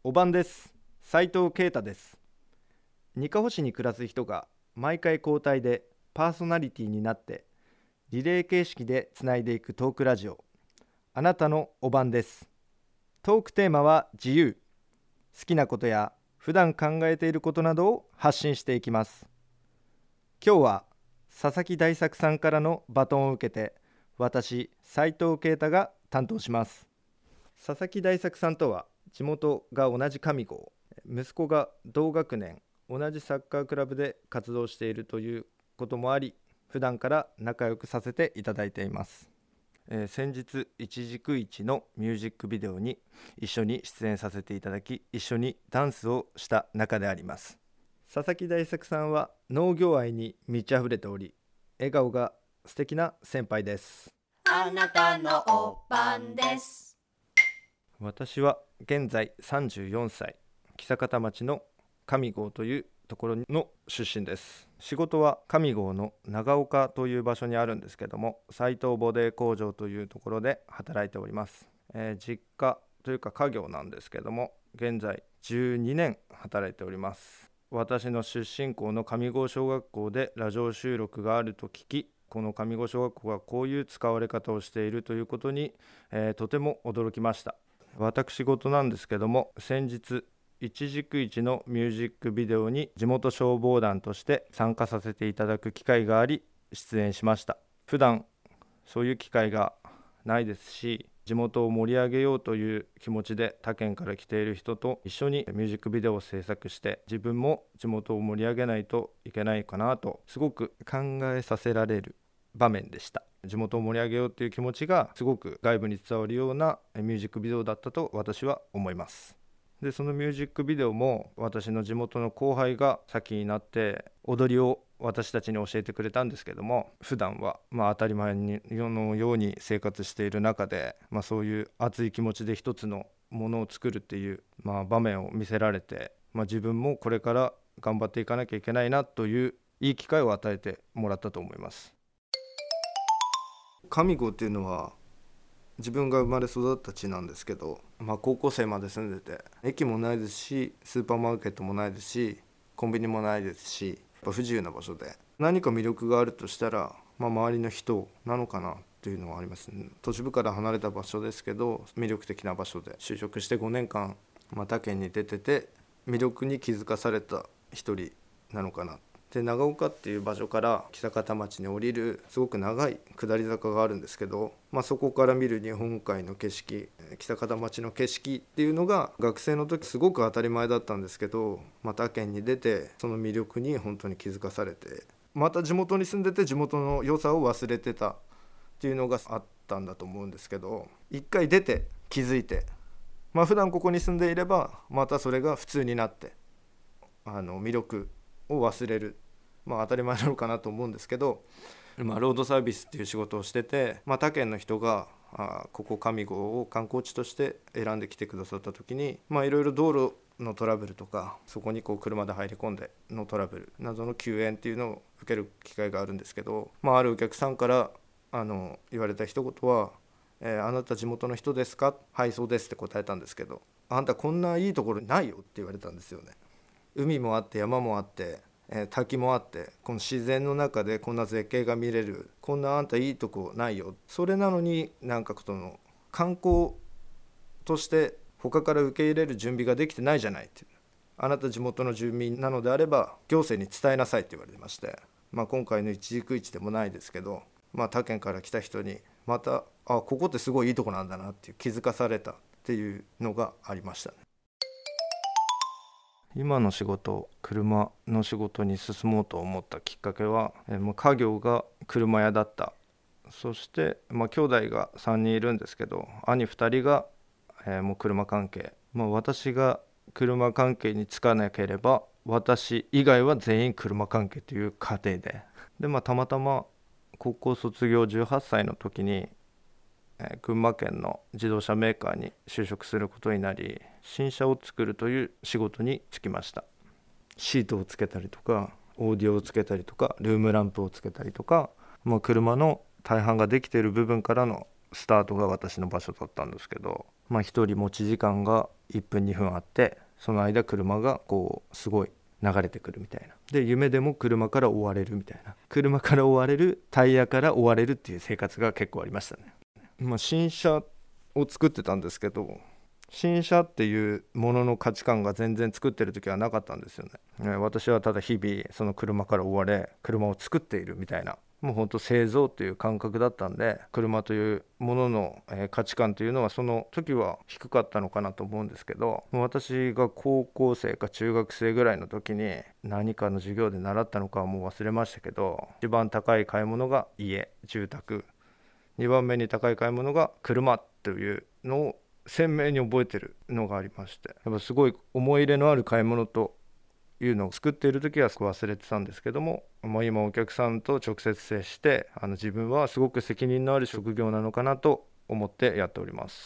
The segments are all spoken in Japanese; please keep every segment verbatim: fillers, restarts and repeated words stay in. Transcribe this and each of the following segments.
おばんです。斉藤啓太です。にかほ市に暮らす人が毎回交代でパーソナリティになってリレー形式でつないでいくトークラジオ、あなたのおばんです。トークテーマは自由。好きなことや普段考えていることなどを発信していきます。今日は佐々木大作さんからのバトンを受けて、私斉藤啓太が担当します。佐々木大作さんとは地元が同じ上郷、息子が同学年、同じサッカークラブで活動しているということもあり、普段から仲良くさせていただいています。えー、先日一軸一のミュージックビデオに一緒に出演させていただき、一緒にダンスをした仲であります。佐々木大作さんは農業愛に満ち溢れており、笑顔が素敵な先輩です。 あなたのおばんです。 私は現在さんじゅうよんさい、久方町の上郷というところの出身です。仕事は上郷の長岡という場所にあるんですけども、斉藤ボデー工場というところで働いております。えー、実家というか家業なんですけども、現在じゅうにねん働いております。私の出身校の上郷小学校でラジオ収録があると聞き、この上郷小学校がこういう使われ方をしているということに、えー、とても驚きました。私事なんですけども、先日一軸一のミュージックビデオに地元消防団として参加させていただく機会があり、出演しました。普段そういう機会がないですし、地元を盛り上げようという気持ちで他県から来ている人と一緒にミュージックビデオを制作して、自分も地元を盛り上げないといけないかなとすごく考えさせられる場面でした。地元を盛り上げようという気持ちがすごく外部に伝わるようなミュージックビデオだったと私は思います。でそのミュージックビデオも私の地元の後輩が先になって踊りを私たちに教えてくれたんですけども、普段はまあ当たり前のように生活している中で、まあ、そういう熱い気持ちで一つのものを作るっていう、まあ、場面を見せられて、まあ、自分もこれから頑張っていかなきゃいけないなといういい機会を与えてもらったと思います。上郷っていうのは自分が生まれ育った地なんですけど、まあ、高校生まで住んでて、駅もないですし、スーパーマーケットもないですし、コンビニもないですし、やっぱ不自由な場所で、何か魅力があるとしたら、まあ、周りの人なのかなっていうのはありますね。都市部から離れた場所ですけど、魅力的な場所で就職してごねんかん、まあ、他県に出てて魅力に気づかされた一人なのかな。で長岡っていう場所から久方町に降りるすごく長い下り坂があるんですけど、まあ、そこから見る日本海の景色、久方町の景色っていうのが学生の時すごく当たり前だったんですけど、また他県に出てその魅力に本当に気づかされて、また地元に住んでて地元の良さを忘れてたっていうのがあったんだと思うんですけど、一回出て気づいて、まあ普段ここに住んでいればまたそれが普通になって、あの魅力を忘れる、まあ、当たり前なのかなと思うんですけど、まあ、ロードサービスっていう仕事をしてて、まあ、他県の人があここ上郷を観光地として選んできてくださった時に、まあいろいろ道路のトラブルとか、そこにこう車で入り込んでのトラブル、謎の救援っていうのを受ける機会があるんですけど、まあ、あるお客さんからあの言われた一言は、えー、あなた地元の人ですか？はい、そうですって答えたんですけど、あんたこんないいところないよって言われたんですよね。海もあって山もあって滝もあって、この自然の中でこんな絶景が見れる、こんなあんたいいとこないよ。それなのになんかその観光として他から受け入れる準備ができてないじゃないっていう、あなた地元の住民なのであれば行政に伝えなさいって言われまして、まあ、今回の一軸一でもないですけど、まあ、他県から来た人にまたあここってすごいいいとこなんだなっていう気づかされたっていうのがありましたね。今の仕事、車の仕事に進もうと思ったきっかけは、えもう家業が車屋だった。そして、まあ、兄弟がさんにんいるんですけど、兄ふたりが、えー、もう車関係、まあ、私が車関係に就かなければ私以外は全員車関係という家庭で、で、まあ、たまたま高校卒業じゅうはっさいの時に群馬県の自動車メーカーに就職することになり、新車を作るという仕事に就きました。シートをつけたりとか、オーディオをつけたりとか、ルームランプをつけたりとか、まあ、車の大半ができている部分からのスタートが私の場所だったんですけど、 まあひとり持ち時間がいっぷんにふんあって、その間車がこうすごい流れてくるみたいな。で夢でも車から追われるみたいな、車から追われる、タイヤから追われるっていう生活が結構ありましたね。まあ新車を作ってたんですけど、新車っていうものの価値観が全然作ってる時はなかったんですよね。私はただ日々その車から追われ、車を作っているみたいな、もう本当製造っていう感覚だったんで、車というものの、えー価値観というのはその時は低かったのかなと思うんですけど、私が高校生か中学生ぐらいの時に何かの授業で習ったのかはもう忘れましたけど、一番高い買い物が家、住宅、にばんめに高い買い物が車というのを鮮明に覚えてるのがありまして、やっぱすごい思い入れのある買い物というのを作っている時は忘れてたんですけども、まあ、今お客さんと直接接してあの自分はすごく責任のある職業なのかなと思ってやっております。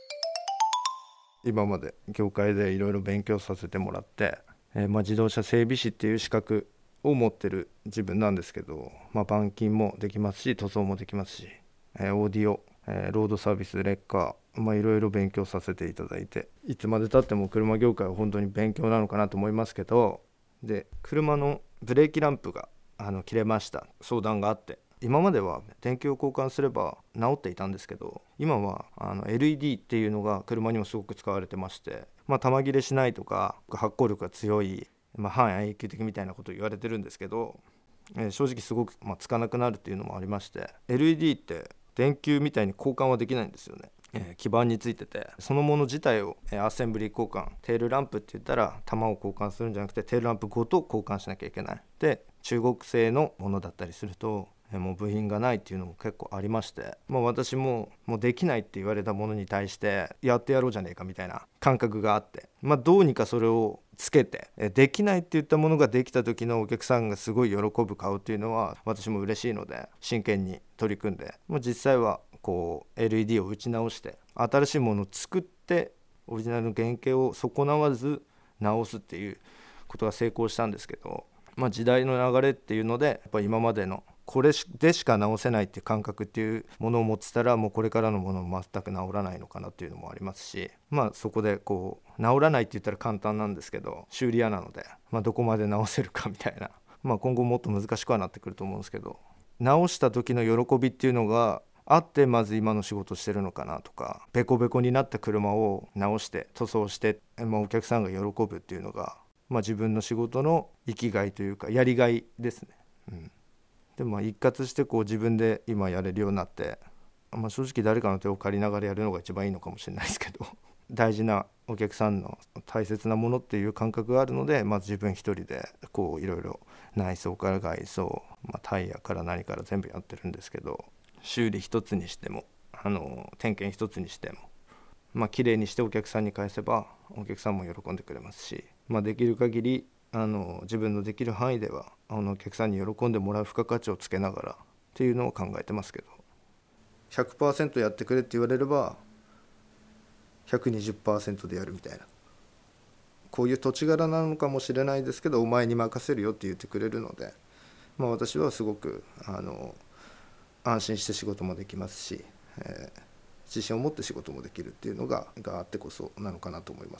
今まで業界でいろいろ勉強させてもらって、えーまあ自動車整備士っていう資格を持ってる自分なんですけど、まあ、板金もできますし塗装もできますし、えーオーディオ、えーロードサービス、レッカー、まあいろいろ勉強させていただいて、いつまでたっても車業界は本当に勉強なのかなと思いますけど、で車のブレーキランプがあの切れました相談があって、今までは電球を交換すれば治っていたんですけど、今はあの エルイーディー っていうのが車にもすごく使われてまして、まあ、弾切れしないとか発光力が強い、まあ、半永久的みたいなことを言われてるんですけど、えー正直すごく、まあ、つかなくなるっていうのもありまして、 エルイーディー って電球みたいに交換はできないんですよね。えー基板についてて、そのもの自体を、えーアッセンブリー交換、テールランプって言ったら玉を交換するんじゃなくてテールランプごと交換しなきゃいけない。で中国製のものだったりすると、えーもう部品がないっていうのも結構ありまして、まあ、私ももうできないって言われたものに対してやってやろうじゃねえかみたいな感覚があって、まあ、どうにかそれをつけて、えーできないって言ったものができた時のお客さんがすごい喜ぶ顔っていうのは私も嬉しいので真剣に取り組んで、もう実際はこう エルイーディー を打ち直して新しいものを作ってオリジナルの原型を損なわず直すっていうことが成功したんですけど、まあ、時代の流れっていうのでやっぱり今までのこれでしか直せないっていう感覚っていうものを持ってたら、もうこれからのものも全く治らないのかなっていうのもありますし、まあそこでこう治らないって言ったら簡単なんですけど修理屋なので、まあ、どこまで直せるかみたいな、まあ、今後もっと難しくはなってくると思うんですけど、直した時の喜びっていうのがあってまず今の仕事してるのかなとか、ベコベコになった車を直して塗装して、まあ、お客さんが喜ぶっていうのが、まあ、自分の仕事の生きがいというかやりがいですね。うんでもまあ一括してこう自分で今やれるようになって、まあ、正直誰かの手を借りながらやるのが一番いいのかもしれないですけど大事なお客さんの大切なものっていう感覚があるので、まず自分一人でこういろいろ内装から外装、まあ、タイヤから何から全部やってるんですけど、修理一つにしてもあの点検一つにしても、まあ綺麗にしてお客さんに返せばお客さんも喜んでくれますし、まあ、できる限りあの自分のできる範囲ではあのお客さんに喜んでもらう付加価値をつけながらっていうのを考えてますけど、 ひゃくパーセント やってくれって言われれば ひゃくにじゅっパーセント でやるみたいな、こういう土地柄なのかもしれないですけどお前に任せるよって言ってくれるので、まあ、私はすごくあの安心して仕事もできますし、えー自信を持って仕事もできるっていうのががあってこそなのかなと思います。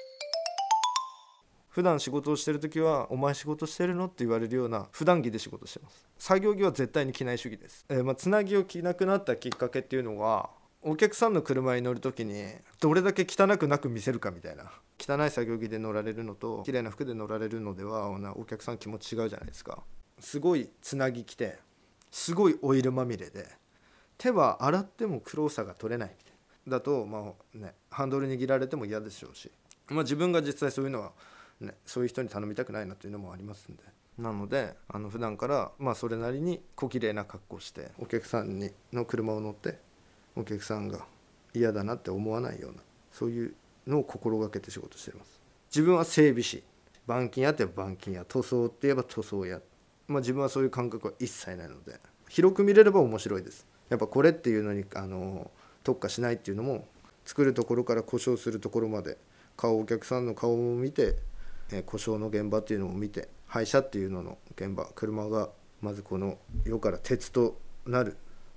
普段仕事をしてるときはお前仕事してるのって言われるような普段着で仕事してます。作業着は絶対に着ない主義です。えーまあ、つなぎを着なくなったきっかけっていうのは、お客さんの車に乗るときにどれだけ汚くなく見せるかみたいな、汚い作業着で乗られるのと綺麗な服で乗られるのではお客さん気持ち違うじゃないですか。すごいつなぎ着てすごいオイルまみれで手は洗っても黒さが取れないみたいなだと、まあね、ハンドル握られても嫌でしょうし、まあ、自分が実際そういうのはね、そういう人に頼みたくないなというのもありますんで、なのであの普段からまあそれなりに小綺麗な格好してお客さんにの車を乗ってお客さんが嫌だなって思わないようなそういうのを心がけて仕事しています。自分は整備士、板金屋って言えば板金屋、塗装って言えば塗装屋、まあ、自分はそういう感覚は一切ないので広く見れれば面白いです。やっぱこれっていうのにあの特化しないっていうのも、作るところから故障するところまで顔お客さんの顔も見て故障の現場っていうのを見て、廃車っていうのの現場、車がまずこの世から鉄となる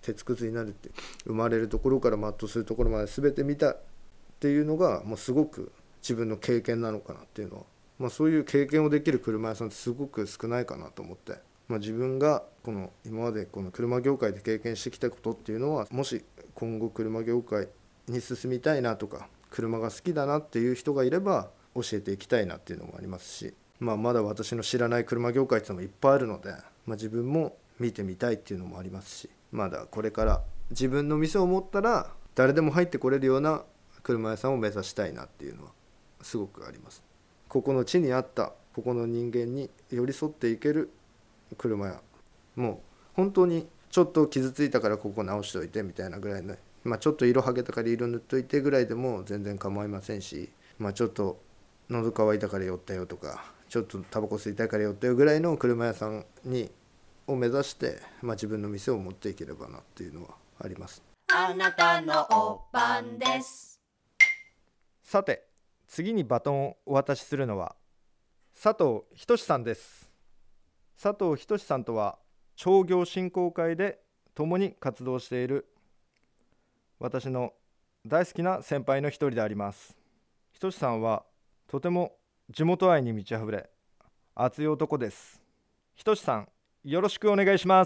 鉄くずになるって、生まれるところから全うするところまで全て見たっていうのがもうすごく自分の経験なのかなっていうのは、まあ、そういう経験をできる車屋さんってすごく少ないかなと思って、まあ、自分がこの今までこの車業界で経験してきたことっていうのは、もし今後車業界に進みたいなとか車が好きだなっていう人がいれば教えていきたいなっていうのもありますし、まあ、まだ私の知らない車業界っていうのもいっぱいあるので、まあ、自分も見てみたいっていうのもありますし、まだこれから自分の店を持ったら誰でも入ってこれるような車屋さんを目指したいなっていうのはすごくあります。ここの地にあったここの人間に寄り添っていける車屋、もう本当にちょっと傷ついたからここ直しておいてみたいなぐらいの、まあ、ちょっと色はげたから色塗っといてぐらいでも全然構いませんし、まあ、ちょっと喉乾いたから寄ったよとか、ちょっとタバコ吸いたいから寄ったよぐらいの車屋さんにを目指して、まあ、自分の店を持っていければなっていうのはあります。 あなたのおばんです。 さて次にバトンをお渡しするのは佐藤仁さんです。佐藤仁さんとは商業振興会で共に活動している私の大好きな先輩の一人であります。仁さんはとても地元愛に満ち溢れ熱い男です。仁さん、よろしくお願いします。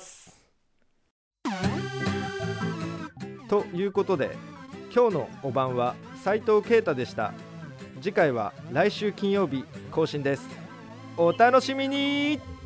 ということで今日のお晩は斉藤啓太でした。次回は来週金曜日更新です。お楽しみに。